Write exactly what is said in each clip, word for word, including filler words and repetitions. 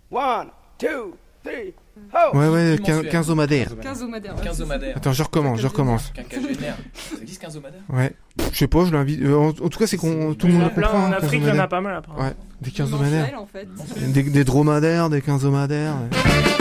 One, two, three, ho! Ouais, ouais, quinzomadaire. Quinzomadaire. Quinzomadaire. Attends, je recommence, je recommence. Quinquagénaire. Ça existe quinzomadaire? Ouais. Je sais pas, je l'invite. euh, en, en tout cas, c'est qu'on tout le monde le Plein, comprend. en hein, Afrique, il y en a quinzomadaire. pas mal après. Ouais, des quinzomadaires. En fait. Des, des dromadaires, des quinzomadaires. Ouais.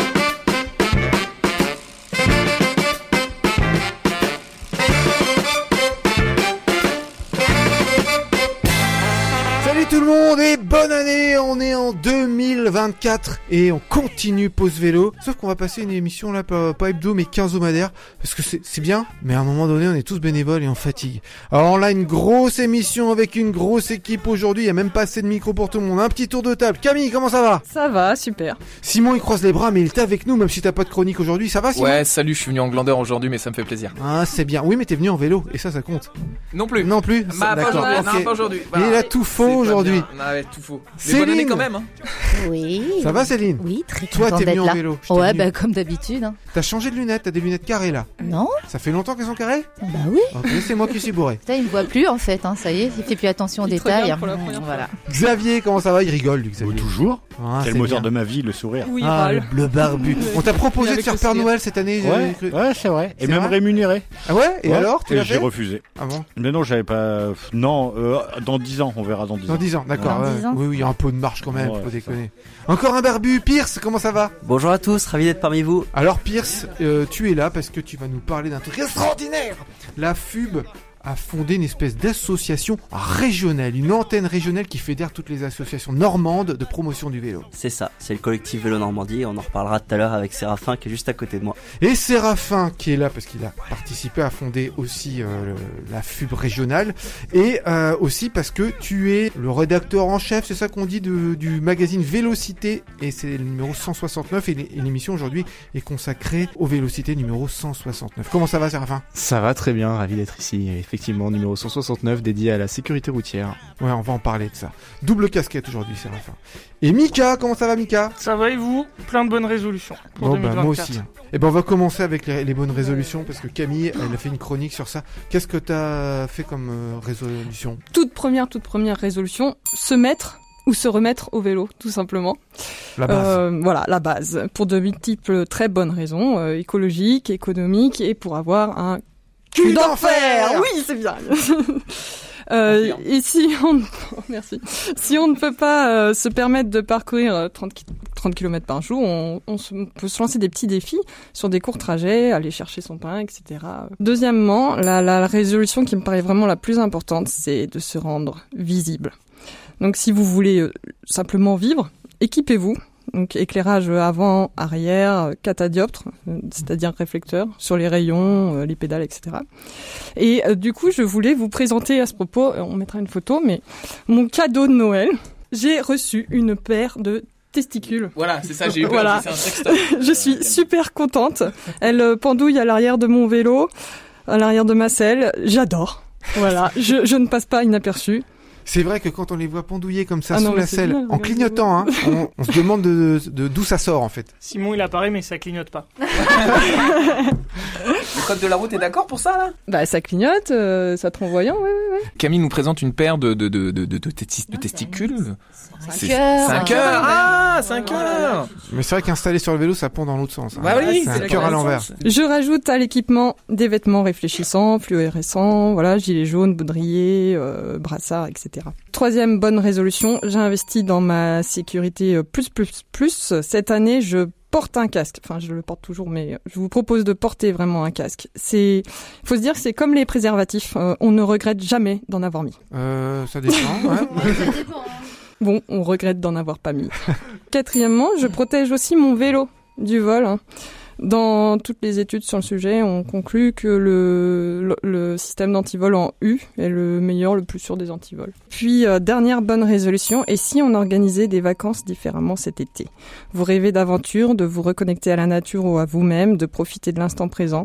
Salut tout le monde et bonne année. On est en deux mille vingt-quatre et on continue Pause Vélo. Sauf qu'on va passer une émission là, pas, pas hebdo mais quinzomadaire, parce que c'est, c'est bien, mais à un moment donné on est tous bénévoles et on fatigue. Alors on a une grosse émission avec une grosse équipe aujourd'hui. Il y a même pas assez de micro pour tout le monde. Un petit tour de table. Camille, comment ça va? Ça va, super. Simon il croise les bras mais il est avec nous même si t'as pas de chronique aujourd'hui. Ça va Simon? Ouais, salut, je suis venu en glandeur aujourd'hui, mais ça me fait plaisir. Ah c'est bien. Oui mais t'es venu en vélo et ça ça compte. Non plus. Non plus. Bah, Ça- pas d'accord. aujourd'hui. Ok. Non, pas aujourd'hui. Et il a tout faux aujourd'hui. Ah ouais, tout faux. Mais Céline. bonne année quand même, hein. Oui. Ça va Céline? Oui, très Toi contente t'es venu d'être en là. vélo. je t'ai Ouais, vu. bah comme d'habitude. Hein. T'as changé de lunettes, t'as des lunettes carrées là. Non? Ça fait longtemps qu'elles sont carrées? Bah oui. Ok, c'est moi qui suis bourré. Putain, il me voit plus en fait. Hein. Ça y est, il fait plus attention aux Il te détails. regarde pour la première fois. Voilà. Xavier, comment ça va? Il rigole lui Xavier. Oh, toujours. Ah, C'est c'est le moteur bien. de ma vie, le sourire. Oui, Ah, râle. le, le barbu. On t'a proposé de Avec faire le Père sourire. Noël cette année, j'avais Ouais, cru. ouais, c'est vrai. Et C'est même vrai rémunéré. Ah ouais? Et Ouais. alors, tu Et l'as j'ai fait? refusé. Ah bon? Mais non, j'avais pas. Non, euh, dans dix ans, on verra dans dix Dans ans. dix ans, d'accord. Dans ouais. dix ans. Oui, oui, il y a un peu de marche quand même, Ouais, faut c'est déconner. Encore un barbu, Pierce, comment ça va? Bonjour à tous, ravi d'être parmi vous. Alors Pierce, euh, tu es là parce que tu vas nous parler d'un truc extraordinaire. La F U B a fondé une espèce d'association régionale, une antenne régionale qui fédère toutes les associations normandes de promotion du vélo. C'est ça, c'est le collectif Vélo Normandie, on en reparlera tout à l'heure avec Séraphin qui est juste à côté de moi. Et Séraphin qui est là parce qu'il a participé à fonder aussi euh, le- la F U B régionale et euh, aussi parce que tu es le rédacteur en chef, c'est ça qu'on dit, de, du magazine Vélocité et c'est le numéro cent soixante-neuf et l'é- et l'émission aujourd'hui est consacrée au Vélocité numéro cent soixante-neuf. Comment ça va Séraphin? Ça va très bien, ravi d'être ici. Effectivement, numéro cent soixante-neuf dédié à la sécurité routière. Ouais, on va en parler de ça. Double casquette aujourd'hui Séraphin. Et Mika, comment ça va Mika? Ça va et vous? Plein de bonnes résolutions pour Bon deux bah mille vingt-quatre. moi aussi. Et ben on va commencer avec les, les bonnes résolutions parce que Camille, elle a fait une chronique sur ça. Qu'est-ce que t'as fait comme euh, résolution? Toute première, toute première résolution, se mettre ou se remettre au vélo, tout simplement. La base. Euh, voilà, la base. Pour de multiples très bonnes raisons, euh, écologiques, économiques et pour avoir un Cul d'enfer. Oui, c'est bien. Euh, et si on, merci, si on ne peut pas euh, se permettre de parcourir trente kilomètres par jour, on, on, se, on peut se lancer des petits défis sur des courts trajets, aller chercher son pain, et cetera. Deuxièmement, la, la résolution qui me paraît vraiment la plus importante, c'est de se rendre visible. Donc si vous voulez euh, simplement vivre, équipez-vous. Donc éclairage avant, arrière, catadioptre, euh, c'est-à-dire réflecteur sur les rayons, euh, les pédales, et cetera. Et euh, du coup, je voulais vous présenter à ce propos, euh, on mettra une photo, mais mon cadeau de Noël, j'ai reçu une paire de testicules. Voilà, c'est ça, j'ai eu peur. Voilà. C'est un sextoy. Je suis super contente. Elle euh, pendouille à l'arrière de mon vélo, à l'arrière de ma selle. J'adore. Voilà, je, je ne passe pas inaperçu. C'est vrai que quand on les voit pendouiller comme ça Ah sous non, mais la c'est selle, bien, en regardez-vous. clignotant, hein, on, on se demande de, de d'où ça sort en fait. Simon il apparaît mais ça clignote pas. Le code de la route est d'accord pour ça, là? Bah ça clignote, euh, ça te rend voyant, ouais, ouais, ouais. Camille nous présente une paire de, de, de, de, de, de, testis- de testicules. C'est cœur. c'est un cœur. Ah, c'est un cœur. Mais c'est vrai qu'installer sur le vélo, ça pend dans l'autre sens. hein. Bah oui, c'est un la cœur à connaissance. l'envers. Je rajoute à l'équipement des vêtements réfléchissants, fluorescents, voilà, gilets jaunes, baudriers, euh, brassards, et cetera. Troisième bonne résolution, j'ai investi dans ma sécurité euh, plus, plus, plus. Cette année, je porte un casque. Enfin, je le porte toujours, mais je vous propose de porter vraiment un casque. C'est, faut se dire que c'est comme les préservatifs. Euh, on ne regrette jamais d'en avoir mis. Euh, ça dépend. ouais. Bon, on regrette d'en avoir pas mis. Quatrièmement, je protège aussi mon vélo du vol. hein. Dans toutes les études sur le sujet, on conclut que le, le, le système d'antivol en U est le meilleur, le plus sûr des antivols. Puis, euh, dernière bonne résolution, et si on organisait des vacances différemment cet été? Vous rêvez d'aventure, de vous reconnecter à la nature ou à vous-même, de profiter de l'instant présent,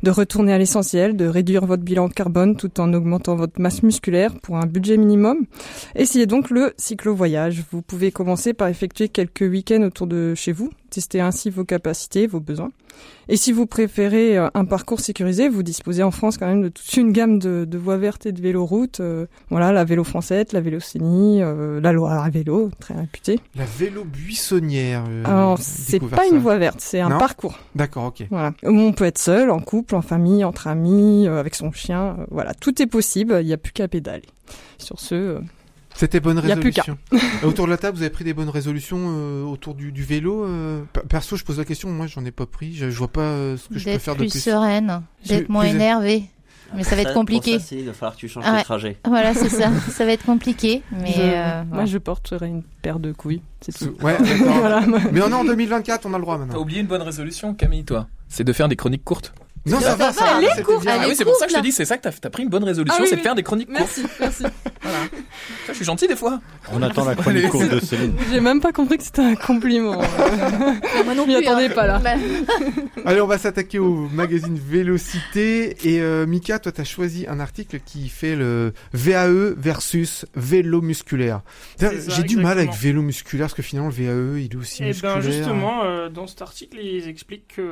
de retourner à l'essentiel, de réduire votre bilan carbone tout en augmentant votre masse musculaire pour un budget minimum. Essayez donc le cyclo-voyage. Vous pouvez commencer par effectuer quelques week-ends autour de chez vous, tester ainsi vos capacités, vos besoins. Et si vous préférez un parcours sécurisé, vous disposez en France quand même de toute une gamme de, de voies vertes et de véloroutes. Euh, voilà, la Vélo Française, la Vélocénie, euh, la Loire à vélo, très réputée. La vélo buissonnière. Euh, Alors, c'est pas ça. Une voie verte, c'est un non parcours. D'accord, ok. Voilà. On peut être seul, en couple, en famille, entre amis, euh, avec son chien. Euh, voilà, tout est possible, il n'y a plus qu'à pédaler. Sur ce... Euh... C'était bonne résolution. Il y a plus qu'à. Autour de la table, vous avez pris des bonnes résolutions euh, autour du, du vélo. Euh, perso, je pose la question. Moi, j'en ai pas pris. Je, je vois pas euh, ce que je peux faire de plus. D'être plus sereine, d'être moins plus... énervée. Mais ça va être compliqué. Pour ça, il va falloir que tu changes ah ouais. de trajet. Voilà, c'est ça. Ça va être compliqué. Mais je... euh, Moi, voilà. je porterai une paire de couilles. C'est tout. Ouais, d'accord. Voilà. Mais on est en deux mille vingt-quatre, on a le droit maintenant. T'as oublié une bonne résolution, Camille, toi. C'est de faire des chroniques courtes. Non, ça, ça va, ça va. Elle est courte. Ah oui, c'est pour ça que je te dis, c'est ça que t'as, t'as pris une bonne résolution, ah, oui, c'est oui. de faire des chroniques merci, courtes. Merci, merci. Voilà. Je suis gentil des fois. On attend la chronique courte de Céline. J'ai même pas compris que c'était un compliment. Moi non Je m'y plus, attendais hein. pas là. Bah... Allez, on va s'attaquer au magazine Vélocité. Et euh, Mika, toi, t'as choisi un article qui fait le V A E versus vélo musculaire. Ça, J'ai du exactement. mal avec vélo musculaire parce que finalement, le V A E, il est aussi Et musculaire. ben justement, euh, dans cet article, ils expliquent qu'ils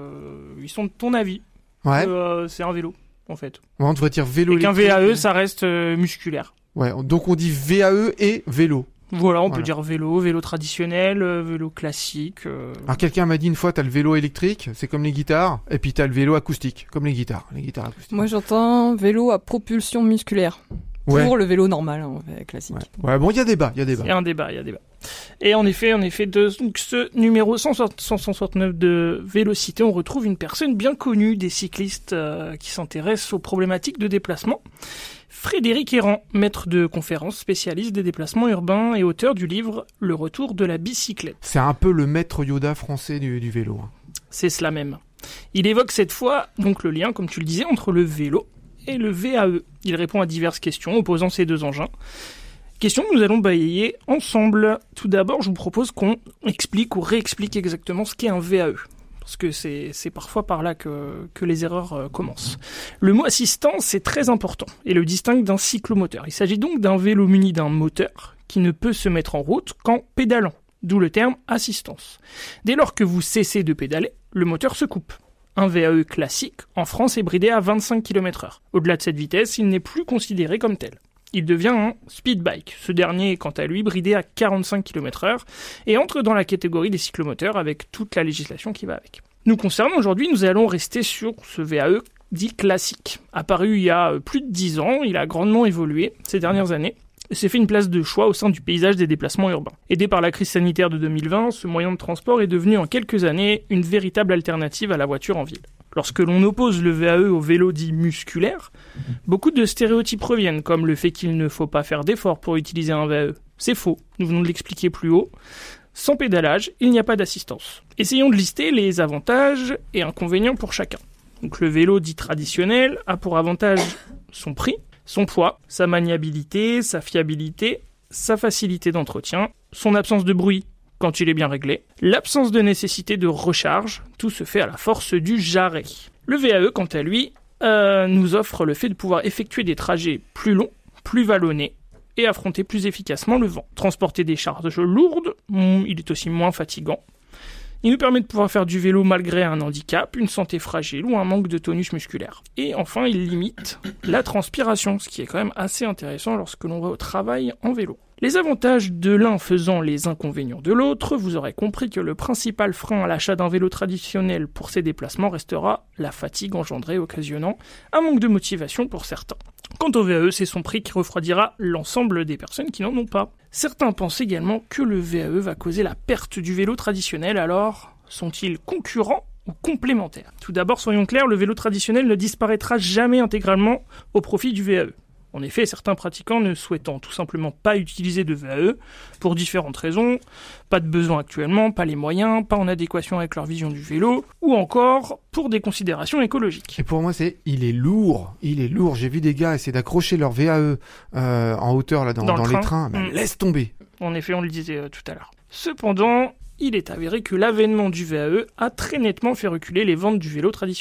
euh, sont de ton avis. Ouais. Que, euh, c'est un vélo, en fait. Ouais, on devrait dire vélo Et qu'un électrique. V A E, ça reste euh, musculaire. Ouais, donc on dit V A E et vélo. Voilà, on Voilà. peut dire vélo, vélo traditionnel, euh, vélo classique. Euh... Alors quelqu'un m'a dit une fois, t'as le vélo électrique, c'est comme les guitares, et puis t'as le vélo acoustique, comme les guitares, les guitares acoustiques. Moi, j'entends vélo à propulsion musculaire. Ouais. Pour le vélo normal, hein, classique. Ouais. Ouais, bon, il y a débat, il y a débat. Il y a un débat, il y a un débat. Et en effet, en effet, de donc, ce numéro cent soixante-neuf de Vélocité, on retrouve une personne bien connue des cyclistes euh, qui s'intéressent aux problématiques de déplacement. Frédéric Errand, maître de conférences, spécialiste des déplacements urbains et auteur du livre Le retour de la bicyclette. C'est un peu le maître Yoda français du, du vélo. Hein. C'est cela même. Il évoque cette fois donc le lien, comme tu le disais, entre le vélo et le V A E. Il répond à diverses questions opposant ces deux engins. Question que nous allons balayer ensemble. Tout d'abord, je vous propose qu'on explique ou réexplique exactement ce qu'est un V A E. Parce que c'est, c'est parfois par là que, que les erreurs euh, commencent. Le mot assistant, c'est très important et le distingue d'un cyclomoteur. Il s'agit donc d'un vélo muni d'un moteur qui ne peut se mettre en route qu'en pédalant, d'où le terme assistance. Dès lors que vous cessez de pédaler, le moteur se coupe. Un V A E classique, en France, est bridé à vingt-cinq kilomètres heure. Au-delà de cette vitesse, il n'est plus considéré comme tel. Il devient un speed bike. Ce dernier est quant à lui bridé à quarante-cinq kilomètres heure et entre dans la catégorie des cyclomoteurs avec toute la législation qui va avec. Nous concernant aujourd'hui, nous allons rester sur ce V A E dit classique. Apparu il y a plus de dix ans, il a grandement évolué ces dernières années et s'est fait une place de choix au sein du paysage des déplacements urbains. Aidé par la crise sanitaire de deux mille vingt, ce moyen de transport est devenu en quelques années une véritable alternative à la voiture en ville. Lorsque l'on oppose le V A E au vélo dit musculaire, beaucoup de stéréotypes reviennent, comme le fait qu'il ne faut pas faire d'efforts pour utiliser un V A E. C'est faux, nous venons de l'expliquer plus haut. Sans pédalage, il n'y a pas d'assistance. Essayons de lister les avantages et inconvénients pour chacun. Donc le vélo dit traditionnel a pour avantage son prix, son poids, sa maniabilité, sa fiabilité, sa facilité d'entretien, son absence de bruit quand il est bien réglé, l'absence de nécessité de recharge, tout se fait à la force du jarret. Le V A E, quant à lui, euh, nous offre le fait de pouvoir effectuer des trajets plus longs, plus vallonnés, et affronter plus efficacement le vent. Transporter des charges lourdes, il est aussi moins fatigant. Il nous permet de pouvoir faire du vélo malgré un handicap, une santé fragile ou un manque de tonus musculaire. Et enfin, il limite la transpiration, ce qui est quand même assez intéressant lorsque l'on va au travail en vélo. Les avantages de l'un faisant les inconvénients de l'autre, vous aurez compris que le principal frein à l'achat d'un vélo traditionnel pour ces déplacements restera la fatigue engendrée, occasionnant un manque de motivation pour certains. Quant au V A E, c'est son prix qui refroidira l'ensemble des personnes qui n'en ont pas. Certains pensent également que le V A E va causer la perte du vélo traditionnel, alors sont-ils concurrents ou complémentaires ? Tout d'abord, soyons clairs, le vélo traditionnel ne disparaîtra jamais intégralement au profit du V A E. En effet, certains pratiquants ne souhaitant tout simplement pas utiliser de V A E, pour différentes raisons, pas de besoin actuellement, pas les moyens, pas en adéquation avec leur vision du vélo, ou encore pour des considérations écologiques. Et pour moi, c'est il est lourd, il est lourd. J'ai vu des gars essayer d'accrocher leur V A E euh, en hauteur là dans, Dans dans, le les train. trains. Ben, Mmh. laisse tomber. En effet, on le disait euh, tout à l'heure. Cependant, il est avéré que l'avènement du V A E a très nettement fait reculer les ventes du vélo traditionnel.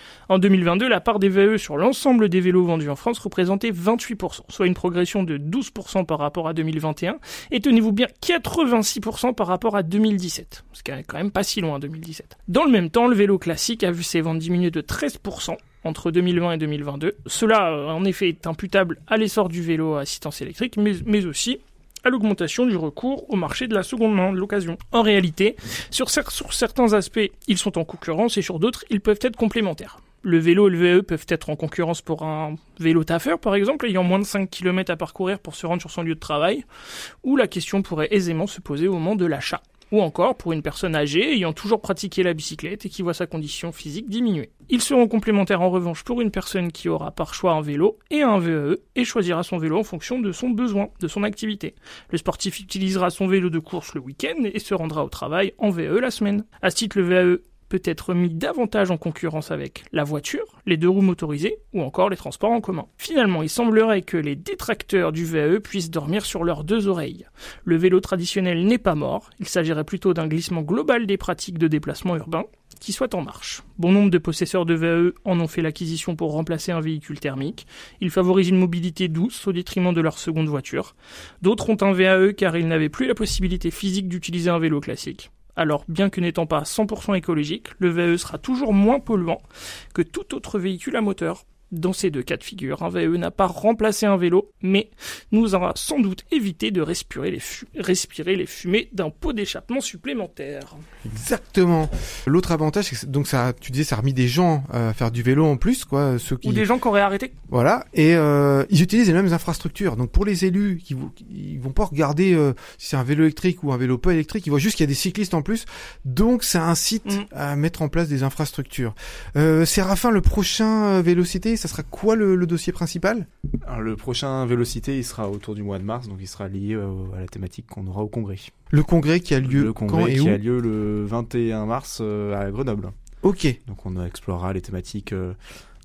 En deux mille vingt-deux, la part des V A E sur l'ensemble des vélos vendus en France représentait vingt-huit pour cent, soit une progression de douze pour cent par rapport à deux mille vingt et un, et tenez-vous bien, quatre-vingt-six pour cent par rapport à deux mille dix-sept, ce qui est quand même pas si loin, deux mille dix-sept. Dans le même temps, le vélo classique a vu ses ventes diminuer de treize pour cent entre deux mille vingt et deux mille vingt-deux. Cela, en effet, est imputable à l'essor du vélo à assistance électrique, mais, mais aussi à l'augmentation du recours au marché de la seconde main, de l'occasion. En réalité, sur, cer- sur certains aspects, ils sont en concurrence et sur d'autres, ils peuvent être complémentaires. Le vélo et le V A E peuvent être en concurrence pour un vélo taffeur, par exemple, ayant moins de cinq kilomètres à parcourir pour se rendre sur son lieu de travail, ou la question pourrait aisément se poser au moment de l'achat. Ou encore pour une personne âgée ayant toujours pratiqué la bicyclette et qui voit sa condition physique diminuer. Ils seront complémentaires en revanche pour une personne qui aura par choix un vélo et un V A E et choisira son vélo en fonction de son besoin, de son activité. Le sportif utilisera son vélo de course le week-end et se rendra au travail en V A E la semaine. À ce titre, le V A E peut être mis davantage en concurrence avec la voiture, les deux roues motorisées ou encore les transports en commun. Finalement, il semblerait que les détracteurs du V A E puissent dormir sur leurs deux oreilles. Le vélo traditionnel n'est pas mort, il s'agirait plutôt d'un glissement global des pratiques de déplacement urbain qui soit en marche. Bon nombre de possesseurs de V A E en ont fait l'acquisition pour remplacer un véhicule thermique. Ils favorisent une mobilité douce au détriment de leur seconde voiture. D'autres ont un V A E car ils n'avaient plus la possibilité physique d'utiliser un vélo classique. Alors, bien que n'étant pas cent pour cent écologique, le V A E sera toujours moins polluant que tout autre véhicule à moteur. Dans ces deux cas de figure, un V A E n'a pas remplacé un vélo, mais nous aura sans doute évité de respirer les, fu- respirer les fumées d'un pot d'échappement supplémentaire. Exactement. L'autre avantage, c'est que donc ça, tu disais, ça a remis des gens à faire du vélo en plus, quoi, ceux qui. Ou des gens qui auraient arrêté. Voilà. Et euh, ils utilisent les mêmes infrastructures. Donc pour les élus, qui vont, ils vont pas regarder euh, si c'est un vélo électrique ou un vélo pas électrique. Ils voient juste qu'il y a des cyclistes en plus. Donc ça incite mmh. à mettre en place des infrastructures. Euh, Séraphin, le prochain euh, Vélocité, ça sera quoi le, le dossier principal ? Alors, le prochain Vélocité, il sera autour du mois de mars, donc il sera lié euh, à la thématique qu'on aura au congrès. Le congrès qui a lieu le congrès quand et qui où ? a lieu le vingt et un mars euh, à Grenoble. Ok. Donc on explorera les thématiques euh,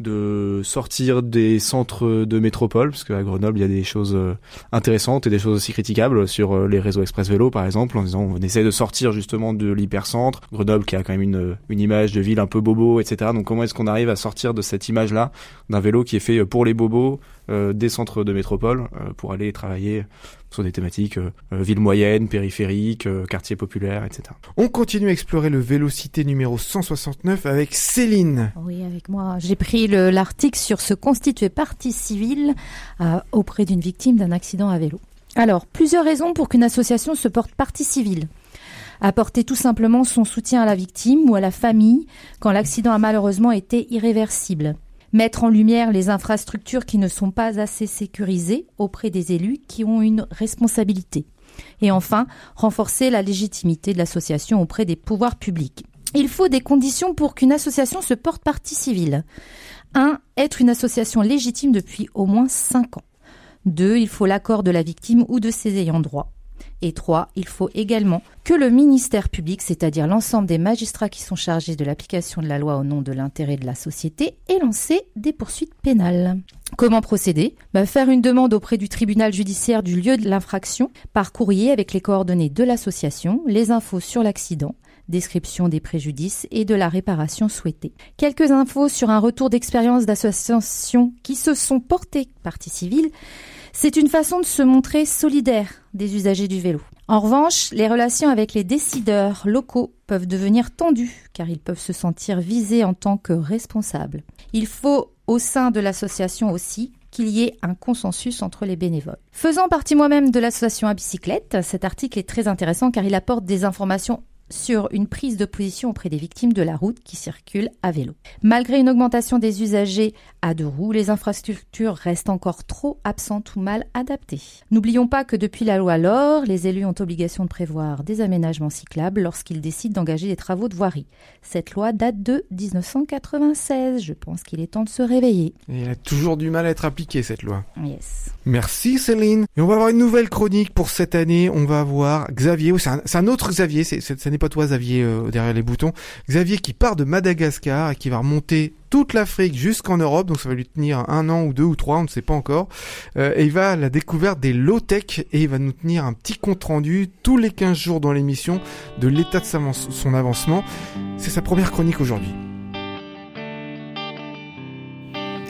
de sortir des centres de métropole, parce qu'à Grenoble il y a des choses euh, intéressantes et des choses aussi critiquables sur euh, les réseaux express vélo par exemple, en disant on essaie de sortir justement de l'hypercentre. Grenoble qui a quand même une, une image de ville un peu bobo, et cetera. Donc comment est-ce qu'on arrive à sortir de cette image-là d'un vélo qui est fait pour les bobos euh, des centres de métropole euh, pour aller travailler sur des thématiques euh, euh, ville moyenne, périphérique, euh, quartier populaire, et cetera. On continue à explorer le Vélocité numéro cent soixante-neuf avec Céline. Oui, avec moi. J'ai pris le, l'article sur se constituer partie civile euh, auprès d'une victime d'un accident à vélo. Alors, plusieurs raisons pour qu'une association se porte partie civile. Apporter tout simplement son soutien à la victime ou à la famille quand l'accident a malheureusement été irréversible. Mettre en lumière les infrastructures qui ne sont pas assez sécurisées auprès des élus qui ont une responsabilité. Et enfin, renforcer la légitimité de l'association auprès des pouvoirs publics. Il faut des conditions pour qu'une association se porte partie civile. un. Être une association légitime depuis au moins cinq ans. deux. Il faut l'accord de la victime ou de ses ayants droit. Et trois. Il faut également que le ministère public, c'est-à-dire l'ensemble des magistrats qui sont chargés de l'application de la loi au nom de l'intérêt de la société, ait lancé des poursuites pénales. Comment procéder ? Bah, faire une demande auprès du tribunal judiciaire du lieu de l'infraction par courrier avec les coordonnées de l'association, les infos sur l'accident, description des préjudices et de la réparation souhaitée. Quelques infos sur un retour d'expérience d'associations qui se sont portées partie civile. C'est une façon de se montrer solidaire des usagers du vélo. En revanche, les relations avec les décideurs locaux peuvent devenir tendues car ils peuvent se sentir visés en tant que responsables. Il faut au sein de l'association aussi qu'il y ait un consensus entre les bénévoles. Faisant partie moi-même de l'association à bicyclette, cet article est très intéressant car il apporte des informations sur une prise de position auprès des victimes de la route qui circulent à vélo. Malgré une augmentation des usagers à deux roues, les infrastructures restent encore trop absentes ou mal adaptées. N'oublions pas que depuis la loi L O R, les élus ont obligation de prévoir des aménagements cyclables lorsqu'ils décident d'engager des travaux de voirie. Cette loi date de dix-neuf cent quatre-vingt-seize. Je pense qu'il est temps de se réveiller. Et elle a toujours du mal à être appliquée, cette loi. Yes. Merci Céline. Et on va avoir une nouvelle chronique pour cette année. On va avoir Xavier. Oh, c'est, un, c'est un autre Xavier. C'est, c'est, ce n'est pas toi Xavier euh, derrière les boutons. Xavier qui part de Madagascar et qui va remonter toute l'Afrique jusqu'en Europe. Donc ça va lui tenir un an ou deux ou trois, on ne sait pas encore. Euh, et il va à la découverte des low-tech et il va nous tenir un petit compte-rendu tous les quinze jours dans l'émission de l'état de son avancement. C'est sa première chronique aujourd'hui.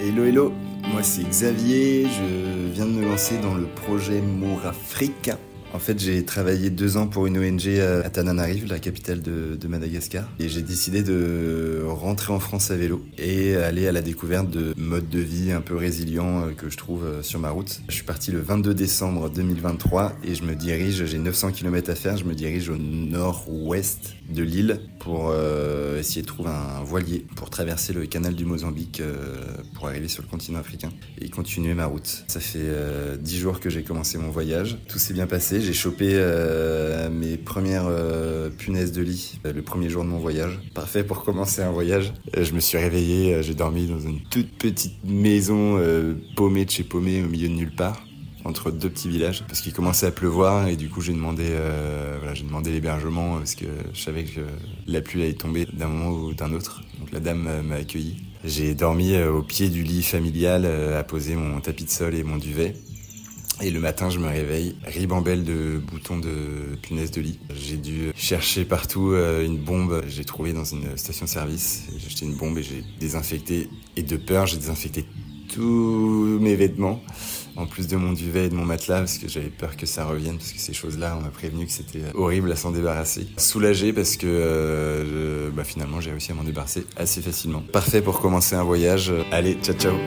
Hello hello, moi c'est Xavier, je viens de me lancer dans le projet Mourafrique. En fait, j'ai travaillé deux ans pour une O N G à Tananarive, la capitale de, de Madagascar. Et j'ai décidé de rentrer en France à vélo et aller à la découverte de modes de vie un peu résilients que je trouve sur ma route. Je suis parti le vingt-deux décembre deux mille vingt-trois et je me dirige, j'ai neuf cents kilomètres à faire, je me dirige au nord-ouest de l'île pour euh, essayer de trouver un voilier pour traverser le canal du Mozambique euh, pour arriver sur le continent africain et continuer ma route. Ça fait euh, dix jours que j'ai commencé mon voyage. Tout s'est bien passé. J'ai chopé euh, mes premières euh, punaises de lit euh, le premier jour de mon voyage. Parfait pour commencer un voyage. Euh, je me suis réveillé, euh, j'ai dormi dans une toute petite maison euh, paumée de chez paumée au milieu de nulle part, entre deux petits villages, parce qu'il commençait à pleuvoir et du coup j'ai demandé, euh, voilà, j'ai demandé l'hébergement parce que je savais que la pluie allait tomber d'un moment ou d'un autre. Donc la dame m'a accueilli. J'ai dormi euh, au pied du lit familial, euh, à poser mon tapis de sol et mon duvet. Et le matin, je me réveille, ribambelle de boutons de punaises de lit. J'ai dû chercher partout euh, une bombe. J'ai trouvé dans une station-service. J'ai acheté une bombe et j'ai désinfecté. Et de peur, j'ai désinfecté tous mes vêtements, en plus de mon duvet et de mon matelas, parce que j'avais peur que ça revienne, parce que ces choses-là, on m'a prévenu que c'était horrible à s'en débarrasser. Soulagé parce que euh, je, bah, finalement, j'ai réussi à m'en débarrasser assez facilement. Parfait pour commencer un voyage. Allez, ciao ciao.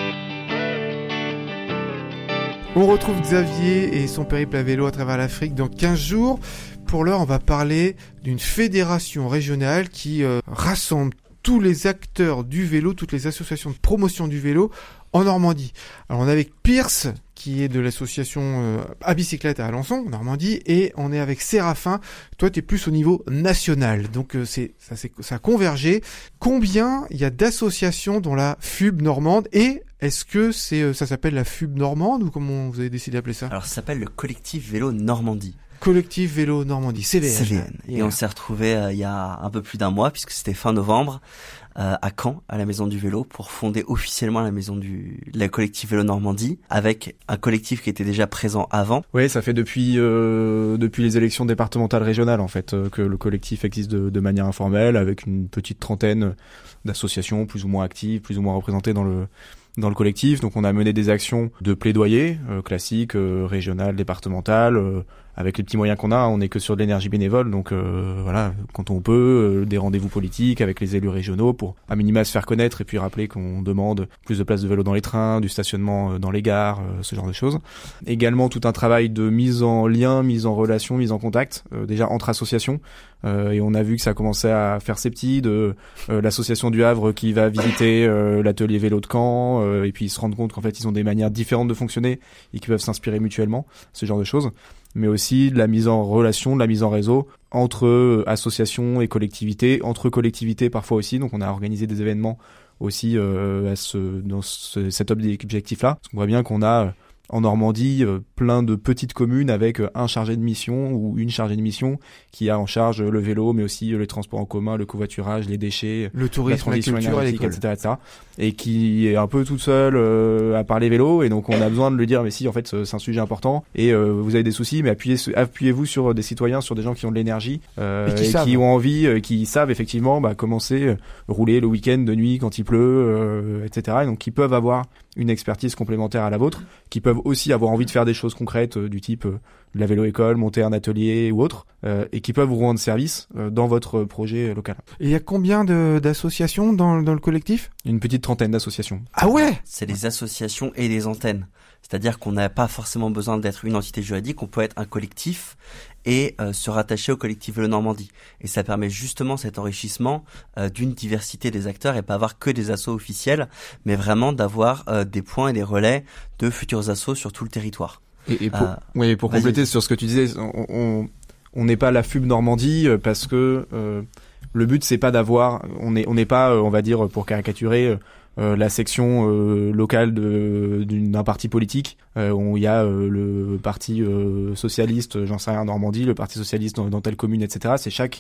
On retrouve Xavier et son périple à vélo à travers l'Afrique dans quinze jours. Pour l'heure, on va parler d'une fédération régionale qui euh, rassemble tous les acteurs du vélo, toutes les associations de promotion du vélo en Normandie. Alors on est avec Pierce, qui est de l'association euh, à bicyclette à Alençon, en Normandie, et on est avec Séraphin. Toi, tu es plus au niveau national, donc euh, c'est, ça, c'est, ça a convergé. Combien il y a d'associations dans la F U B normande, et est-ce que c'est, ça s'appelle la F U B normande, ou comment vous avez décidé d'appeler ça ? Alors ça s'appelle le Collectif Vélo Normandie. Collectif Vélo Normandie, C V N. C V N. Et yeah. On s'est retrouvés euh, il y a un peu plus d'un mois, puisque c'était fin novembre, euh, à Caen, à la Maison du Vélo, pour fonder officiellement la Maison du la Collectif Vélo Normandie, avec un collectif qui était déjà présent avant. Oui, ça fait depuis euh, depuis les élections départementales régionales, en fait, euh, que le collectif existe de, de manière informelle, avec une petite trentaine d'associations plus ou moins actives, plus ou moins représentées dans le dans le collectif. Donc on a mené des actions de plaidoyer euh, classiques, euh, régionales, départementales, euh, avec les petits moyens qu'on a. On n'est que sur de l'énergie bénévole, donc euh, voilà, quand on peut, euh, des rendez-vous politiques avec les élus régionaux pour à minima se faire connaître et puis rappeler qu'on demande plus de places de vélo dans les trains, du stationnement euh, dans les gares, euh, ce genre de choses. Également tout un travail de mise en lien, mise en relation, mise en contact, euh, déjà entre associations. Euh, et on a vu que ça commençait à faire ses petits, de euh, l'association du Havre qui va visiter euh, l'atelier vélo de Caen, euh, et puis ils se rendent compte qu'en fait ils ont des manières différentes de fonctionner et qui peuvent s'inspirer mutuellement, ce genre de choses. Mais aussi de la mise en relation, de la mise en réseau entre euh, associations et collectivités, entre collectivités parfois aussi. Donc on a organisé des événements aussi euh, à ce, dans ce, cet objectif-là. Parce qu'on voit bien qu'on a en Normandie euh, plein de petites communes avec euh, un chargé de mission ou une chargée de mission qui a en charge le vélo, mais aussi euh, les transports en commun, le covoiturage, les déchets, le tourisme, la transition la culture, énergétique, et cetera, et cetera. Et qui est un peu toute seule euh, à parler vélo, et donc on a besoin de lui dire mais si, en fait c'est un sujet important et euh, vous avez des soucis, mais appuyez, appuyez-vous sur des citoyens, sur des gens qui ont de l'énergie euh, et qui, et qui ont envie, euh, qui savent effectivement bah, commencer euh, rouler le week-end de nuit quand il pleut, euh, et cetera. Et donc qui peuvent avoir une expertise complémentaire à la vôtre, qui peuvent aussi avoir envie de faire des choses concrètes euh, du type euh, de la vélo-école, monter un atelier ou autre, euh, et qui peuvent vous rendre service euh, dans votre projet local. Et il y a combien de, d'associations dans, dans le collectif ? Une petite trentaine d'associations. Ah ouais ? C'est des associations et des antennes. C'est-à-dire qu'on n'a pas forcément besoin d'être une entité juridique, on peut être un collectif et euh, se rattacher au collectif Vélo Normandie. Et ça permet justement cet enrichissement euh, d'une diversité des acteurs et pas avoir que des assos officiels, mais vraiment d'avoir euh, des points et des relais de futurs assos sur tout le territoire. Et, et pour, euh, oui, pour compléter sur ce que tu disais, on on n'est pas la F U B Normandie parce que euh, le but c'est pas d'avoir, on n'est on n'est pas, on va dire pour caricaturer, Euh, la section euh, locale de, d'un parti politique euh, où il y a euh, le parti euh, socialiste, j'en sais rien, en Normandie, le parti socialiste dans, dans telle commune, et cetera. C'est chaque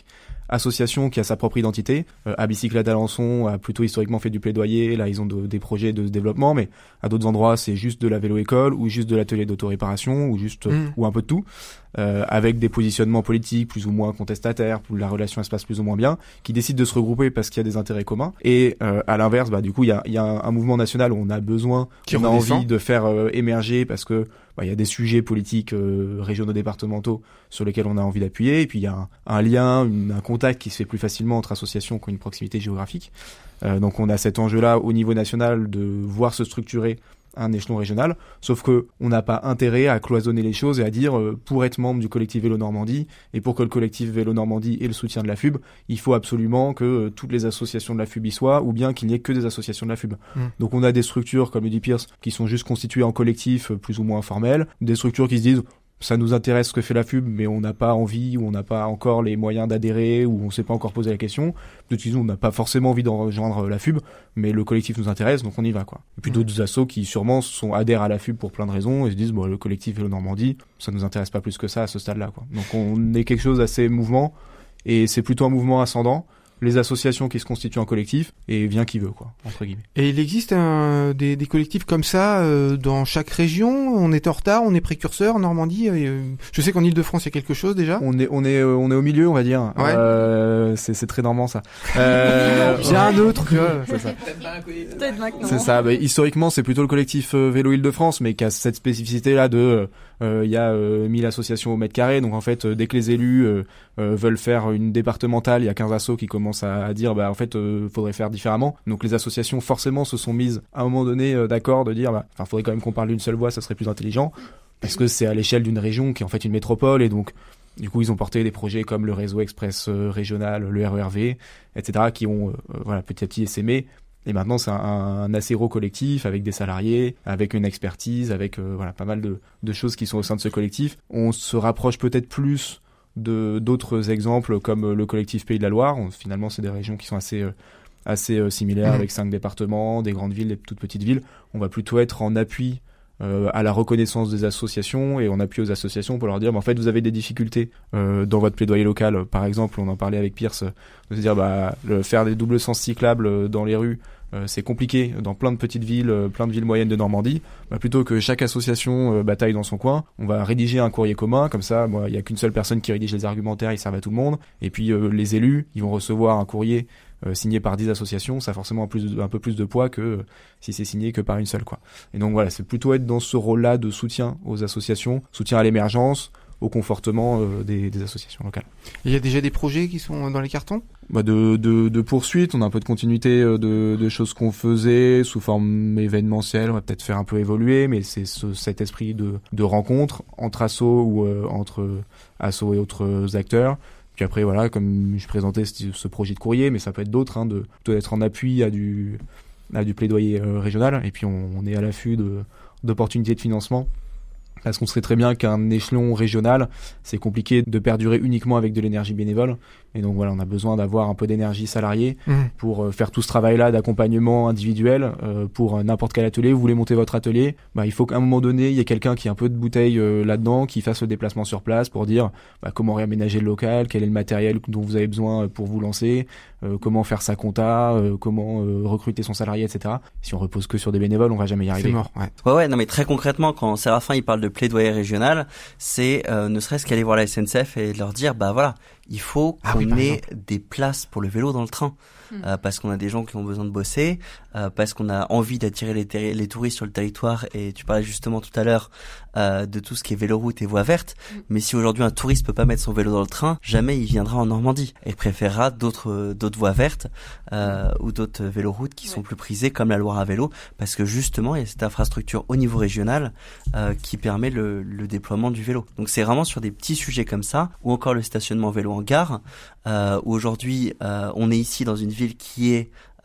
association qui a sa propre identité. Euh, à Bicyclette Alençon a plutôt historiquement fait du plaidoyer, là ils ont de, des projets de développement, mais à d'autres endroits c'est juste de la vélo-école ou juste de l'atelier d'auto-réparation ou juste mmh. ou un peu de tout, euh, avec des positionnements politiques plus ou moins contestataires, où la relation elle se passe plus ou moins bien, qui décident de se regrouper parce qu'il y a des intérêts communs. Et euh, à l'inverse, bah du coup il y a, y a un, un mouvement national où on a besoin, qui on a envie de faire euh, émerger parce que bah, il y a des sujets politiques euh, régionaux, départementaux sur lesquels on a envie d'appuyer, et puis il y a un, un lien, une, un contact qui se fait plus facilement entre associations qui ont une proximité géographique. Euh, donc on a cet enjeu-là au niveau national de voir se structurer un échelon régional, sauf que on n'a pas intérêt à cloisonner les choses et à dire euh, pour être membre du collectif Vélo Normandie et pour que le collectif Vélo Normandie ait le soutien de la F U B, il faut absolument que euh, toutes les associations de la F U B y soient, ou bien qu'il n'y ait que des associations de la F U B. Mmh. Donc on a des structures, comme le dit Pierce, qui sont juste constituées en collectif euh, plus ou moins informel, des structures qui se disent ça nous intéresse ce que fait la F U B, mais on n'a pas envie, ou on n'a pas encore les moyens d'adhérer, ou on s'est pas encore posé la question. D'autres qui disent on n'a pas forcément envie de rejoindre la F U B, mais le collectif nous intéresse, donc on y va, quoi. Et puis mmh. d'autres assos qui sûrement sont adhèrent à la F U B pour plein de raisons, et se disent bon, le collectif Vélo Normandie, ça nous intéresse pas plus que ça à ce stade-là, quoi. Donc on est quelque chose d'assez mouvement, et c'est plutôt un mouvement ascendant. Les associations qui se constituent en collectif, et vient qui veut, quoi, entre guillemets. Et il existe un, des, des collectifs comme ça euh, dans chaque région. On est en retard, on est précurseur en Normandie. Euh, je sais qu'en Île-de-France il y a quelque chose déjà. On est on est euh, on est au milieu, on va dire. Ouais. Euh, c'est c'est très normand ça. Euh, J'ai un autre. Tu vois, c'est ça. Peut-être maintenant. C'est ça. Bah, historiquement, c'est plutôt le collectif euh, Vélo Île-de-France, mais qui a cette spécificité là de il euh, y a euh, mille associations au mètre carré. Donc en fait, euh, dès que les élus euh, euh, veulent faire une départementale, il y a quinze assos qui commencent à, à dire bah en fait euh, faudrait faire différemment. Donc les associations forcément se sont mises à un moment donné euh, d'accord de dire bah enfin faudrait quand même qu'on parle d'une seule voix, ça serait plus intelligent parce que c'est à l'échelle d'une région qui est en fait une métropole, et donc du coup ils ont porté des projets comme le réseau express euh, régional, le R E R V, et cetera qui ont euh, voilà petit à petit essaimé. Et maintenant, c'est un, un acéro collectif avec des salariés, avec une expertise, avec euh, voilà pas mal de, de choses qui sont au sein de ce collectif. On se rapproche peut-être plus de d'autres exemples comme le collectif Pays de la Loire. On, finalement, c'est des régions qui sont assez euh, assez euh, similaires, mmh. avec cinq départements, des grandes villes, des toutes petites villes. On va plutôt être en appui euh, à la reconnaissance des associations et en appui aux associations pour leur dire, bah, en fait, vous avez des difficultés euh, dans votre plaidoyer local. Par exemple, on en parlait avec Pierce, de se dire, bah, le, faire des doubles sens cyclables dans les rues, Euh, c'est compliqué dans plein de petites villes, euh, plein de villes moyennes de Normandie. Bah, plutôt que chaque association euh, bataille dans son coin, on va rédiger un courrier commun, comme ça, il y a qu'une seule personne qui rédige les argumentaires, ils servent à tout le monde. Et puis euh, les élus, ils vont recevoir un courrier euh, signé par dix associations, ça a forcément un, plus, un peu plus de poids que euh, si c'est signé que par une seule, quoi. Et donc voilà, c'est plutôt être dans ce rôle-là de soutien aux associations, soutien à l'émergence, au confortement euh, des, des associations locales. Il y a déjà des projets qui sont dans les cartons ? Bah de, de, de poursuite, on a un peu de continuité de, de choses qu'on faisait sous forme événementielle, on va peut-être faire un peu évoluer, mais c'est ce, cet esprit de, de rencontre entre assos ou euh, entre assos et autres acteurs. Puis après, voilà, comme je présentais ce, ce projet de courrier, mais ça peut être d'autres, hein, de peut-être être en appui à du, à du plaidoyer euh, régional, et puis on, on est à l'affût de, d'opportunités de financement. Parce qu'on serait très bien qu'un échelon régional, c'est compliqué de perdurer uniquement avec de l'énergie bénévole. Et donc voilà, on a besoin d'avoir un peu d'énergie salariée mmh. pour euh, faire tout ce travail-là d'accompagnement individuel euh, pour euh, n'importe quel atelier. Vous voulez monter votre atelier, bah, il faut qu'à un moment donné, il y ait quelqu'un qui a un peu de bouteille euh, là-dedans, qui fasse le déplacement sur place pour dire bah, comment réaménager le local, quel est le matériel dont vous avez besoin pour vous lancer, euh, comment faire sa compta, euh, comment euh, recruter son salarié, et cetera. Si on repose que sur des bénévoles, on va jamais y arriver. C'est mort, ouais. Ouais, ouais, non mais très concrètement, quand Séraphin il parle de plaidoyer régional, c'est euh, ne serait-ce qu'aller voir la S N C F et leur dire bah voilà, il faut ah qu'on oui, ait des places pour le vélo dans le train. Mmh. Euh, parce qu'on a des gens qui ont besoin de bosser, euh, parce qu'on a envie d'attirer les, terri- les touristes sur le territoire, et tu parlais justement tout à l'heure euh, de tout ce qui est véloroute et voie verte, mmh. mais si aujourd'hui un touriste peut pas mettre son vélo dans le train, jamais il viendra en Normandie, et il préférera d'autres d'autres voies vertes euh, ou d'autres véloroutes qui ouais. sont plus prisées, comme la Loire à vélo, parce que justement il y a cette infrastructure au niveau régional euh, qui permet le, le déploiement du vélo. Donc c'est vraiment sur des petits sujets comme ça, ou encore le stationnement vélo en gare, euh, où aujourd'hui euh, on est ici dans une ville qui est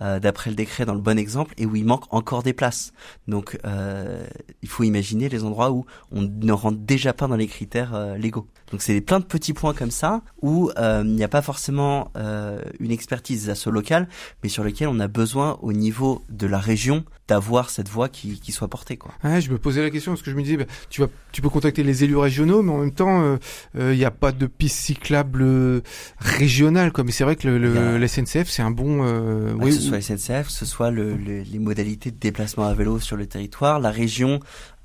euh, d'après le décret dans le bon exemple et où il manque encore des places. Donc euh, il faut imaginer les endroits où on ne rentre déjà pas dans les critères euh, légaux. Donc c'est plein de petits points comme ça où euh, il n'y a pas forcément euh, une expertise des assos locales, mais sur lesquels on a besoin au niveau de la région d'avoir cette voix qui, qui soit portée, quoi. Ouais, je me posais la question parce que je me disais, bah, tu vas, tu peux contacter les élus régionaux, mais en même temps, il euh, euh, n'y a pas de piste cyclable euh, régionale, quoi. Mais c'est vrai que le, le, a... la S N C F, c'est un bon. Euh, bah, oui, que ce soit la S N C F, que ce soit le, le, les modalités de déplacement à vélo sur le territoire, la région.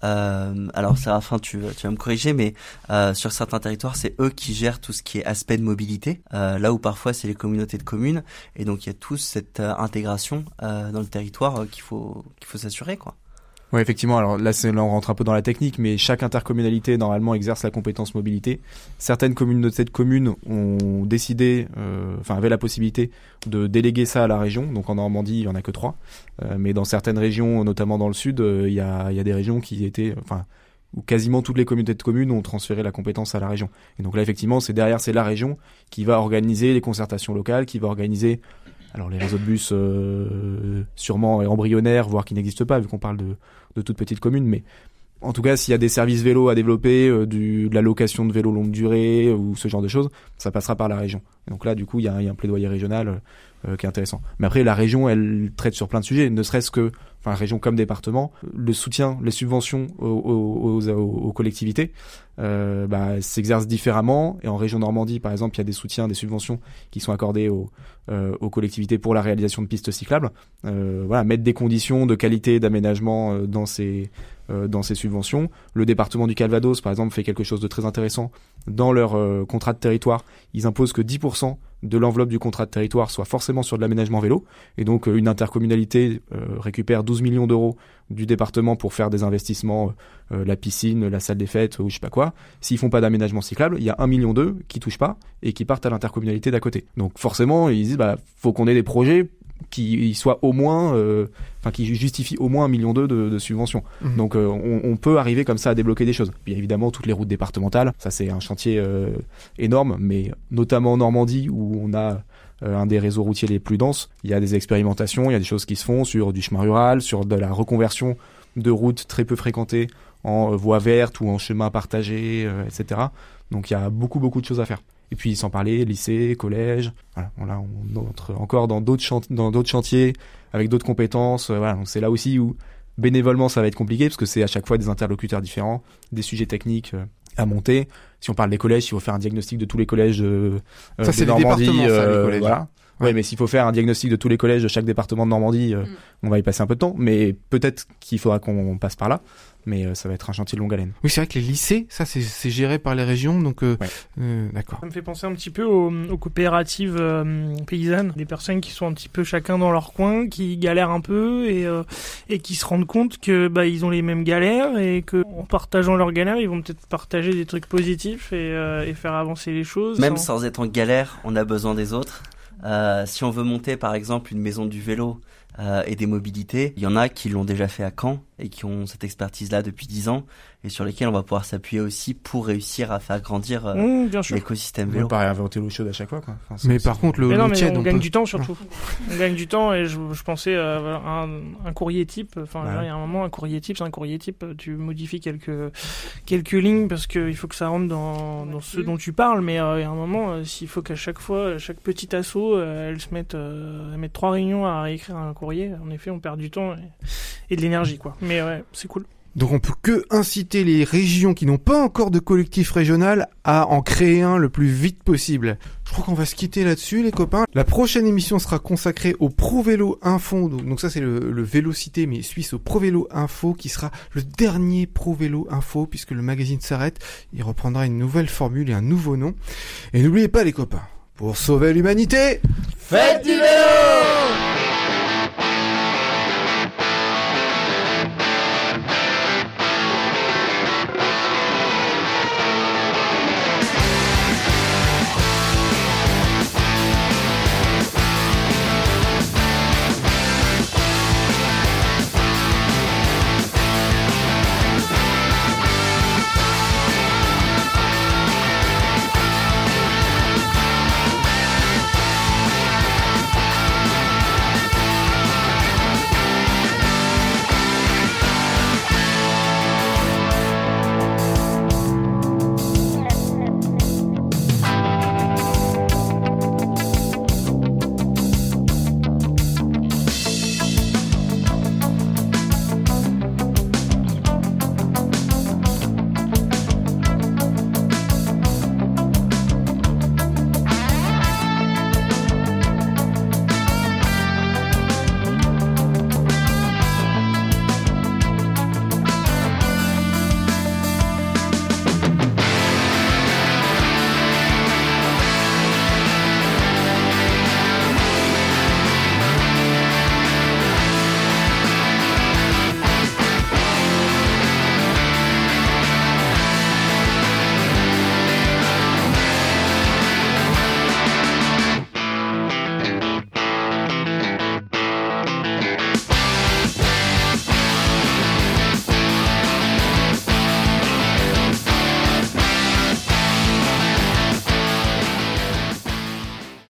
Euh, alors Séraphin, tu, tu vas me corriger, mais euh, sur certains territoires, c'est eux qui gèrent tout ce qui est aspect de mobilité, euh, là où parfois c'est les communautés de communes, et donc il y a tous cette euh, intégration euh, dans le territoire euh, qu'il faut qu'il faut s'assurer, quoi. Ouais, effectivement. Alors là, c'est, là, on rentre un peu dans la technique, mais chaque intercommunalité normalement exerce la compétence mobilité. Certaines communautés de communes ont décidé, euh, enfin avaient la possibilité de déléguer ça à la région. Donc en Normandie, il y en a que trois, euh, mais dans certaines régions, notamment dans le sud, euh, il y a, il y a des régions qui étaient, enfin, où quasiment toutes les communautés de communes ont transféré la compétence à la région. Et donc là, effectivement, c'est derrière, c'est la région qui va organiser les concertations locales, qui va organiser alors les réseaux de bus euh, sûrement embryonnaires, voire qui n'existent pas vu qu'on parle de, de toutes petites communes, mais en tout cas s'il y a des services vélos à développer, euh, du, de la location de vélos longue durée ou ce genre de choses, ça passera par la région. Et donc là du coup il y a, y a un plaidoyer régional euh, qui est intéressant. Mais après la région elle traite sur plein de sujets, ne serait-ce que, enfin région comme département, le soutien, les subventions aux, aux, aux, aux collectivités euh, bah, s'exercent différemment. Et en région Normandie par exemple il y a des soutiens, des subventions qui sont accordées aux Euh, aux collectivités pour la réalisation de pistes cyclables, euh, voilà, mettre des conditions de qualité d'aménagement euh, dans ces euh, dans ces subventions. Le département du Calvados, par exemple, fait quelque chose de très intéressant dans leur euh, contrat de territoire. Ils imposent que dix pour cent de l'enveloppe du contrat de territoire soit forcément sur de l'aménagement vélo, et donc euh, une intercommunalité euh, récupère douze millions d'euros du département pour faire des investissements, euh, la piscine, la salle des fêtes ou je sais pas quoi. S'ils font pas d'aménagement cyclable, il y a un million deux qui touchent pas et qui partent à l'intercommunalité d'à côté. Donc forcément, ils disent bah faut qu'on ait des projets qui soient au moins, euh, enfin qui justifient au moins un million deux de, de subventions. Mmh. Donc euh, on, on peut arriver comme ça à débloquer des choses. Puis évidemment toutes les routes départementales, ça c'est un chantier euh, énorme, mais notamment en Normandie où on a euh, un des réseaux routiers les plus denses, il y a des expérimentations, il y a des choses qui se font sur du chemin rural, sur de la reconversion de routes très peu fréquentées en euh, voies vertes ou en chemin partagé, euh, et cetera. Donc il y a beaucoup beaucoup de choses à faire. Et puis sans parler lycée, collège, voilà, voilà on entre encore dans d'autres chantiers, dans d'autres chantiers avec d'autres compétences, euh, voilà, donc c'est là aussi où bénévolement ça va être compliqué parce que c'est à chaque fois des interlocuteurs différents, des sujets techniques euh, à monter. Si on parle des collèges, il faut faire un diagnostic de tous les collèges de, euh, ça, de c'est Normandie, ça, euh, les collèges. Voilà. Ouais. Ouais, mais s'il faut faire un diagnostic de tous les collèges de chaque département de Normandie, euh, mm. on va y passer un peu de temps, mais peut-être qu'il faudra qu'on passe par là. Mais euh, ça va être un chantier de longue haleine. Oui, c'est vrai que les lycées, ça, c'est, c'est géré par les régions, donc euh, ouais. euh, d'accord. Ça me fait penser un petit peu aux, aux coopératives euh, paysannes, des personnes qui sont un petit peu chacun dans leur coin, qui galèrent un peu et euh, et qui se rendent compte que bah ils ont les mêmes galères et que en partageant leurs galères, ils vont peut-être partager des trucs positifs et, euh, et faire avancer les choses. Même sans... sans être en galère, on a besoin des autres. Euh, si on veut monter par exemple une maison du vélo euh, et des mobilités, il y en a qui l'ont déjà fait à Caen et qui ont cette expertise-là depuis dix ans et sur lesquels on va pouvoir s'appuyer aussi pour réussir à faire grandir euh, mmh, l'écosystème vélo. vélo. On va pas réinventer l'eau chaude à chaque fois, quoi. Enfin, mais par contre, le, mais non, le mais tiède, on, on gagne peut... du temps surtout. on gagne du temps et je, je pensais à un, un courrier type. Enfin, ouais. là, il y a un moment, un courrier type, c'est un courrier type. Tu modifies quelques quelques lignes parce qu'il faut que ça rentre dans, dans ce dont tu parles. Mais euh, il y a un moment, euh, s'il faut qu'à chaque fois, chaque petit asso, euh, elle se mette, euh, elle mette trois réunions à réécrire un courrier. En effet, on perd du temps et, et de l'énergie, quoi. Mais ouais, c'est cool. Donc on peut que inciter les régions qui n'ont pas encore de collectif régional à en créer un le plus vite possible. Je crois qu'on va se quitter là-dessus les copains. La prochaine émission sera consacrée au Pro Vélo Info. Donc ça c'est le, le Vélocité mais suisse au Pro Vélo Info qui sera le dernier Pro Vélo Info puisque le magazine s'arrête. Il reprendra une nouvelle formule et un nouveau nom. Et n'oubliez pas les copains, pour sauver l'humanité, faites du vélo!